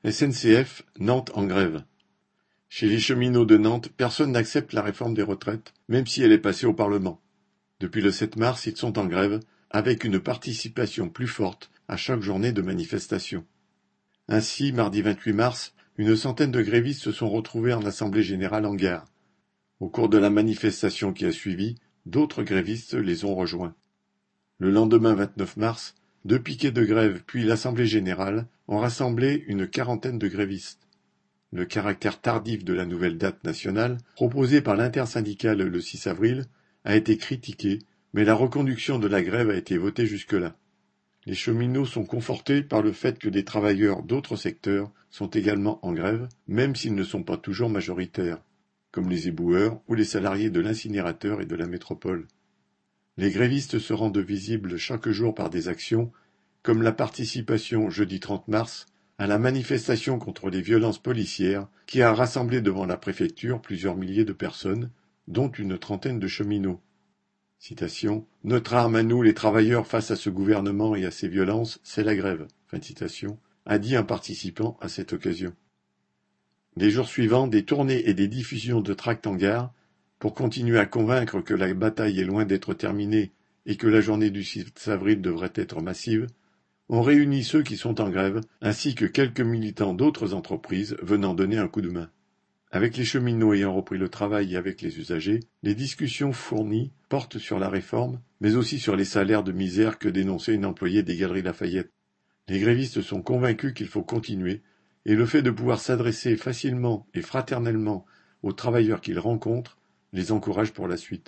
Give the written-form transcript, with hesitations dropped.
SNCF, Nantes en grève. Chez les cheminots de Nantes, personne n'accepte la réforme des retraites, même si elle est passée au Parlement. Depuis le 7 mars, ils sont en grève, avec une participation plus forte à chaque journée de manifestation. Ainsi, mardi 28 mars, une centaine de grévistes se sont retrouvés en assemblée générale en gare. Au cours de la manifestation qui a suivi, d'autres grévistes les ont rejoints. Le lendemain 29 mars, 2 piquets de grève puis l'assemblée générale ont rassemblé une quarantaine de grévistes. Le caractère tardif de la nouvelle date nationale, proposée par l'intersyndicale le 6 avril, a été critiqué, mais la reconduction de la grève a été votée jusque-là. Les cheminots sont confortés par le fait que des travailleurs d'autres secteurs sont également en grève, même s'ils ne sont pas toujours majoritaires, comme les éboueurs ou les salariés de l'incinérateur et de la métropole. Les grévistes se rendent visibles chaque jour par des actions, comme la participation jeudi 30 mars à la manifestation contre les violences policières qui a rassemblé devant la préfecture plusieurs milliers de personnes, dont une trentaine de cheminots. Citation, « Notre arme à nous, les travailleurs, face à ce gouvernement et à ses violences, c'est la grève », fin de citation, a dit un participant à cette occasion. Les jours suivants, des tournées et des diffusions de tracts en gare, pour continuer à convaincre que la bataille est loin d'être terminée et que la journée du 6 avril devrait être massive, ont réuni ceux qui sont en grève, ainsi que quelques militants d'autres entreprises venant donner un coup de main. Avec les cheminots ayant repris le travail et avec les usagers, les discussions fournies portent sur la réforme, mais aussi sur les salaires de misère que dénonçait une employée des Galeries Lafayette. Les grévistes sont convaincus qu'il faut continuer, et le fait de pouvoir s'adresser facilement et fraternellement aux travailleurs qu'ils rencontrent les encourage pour la suite.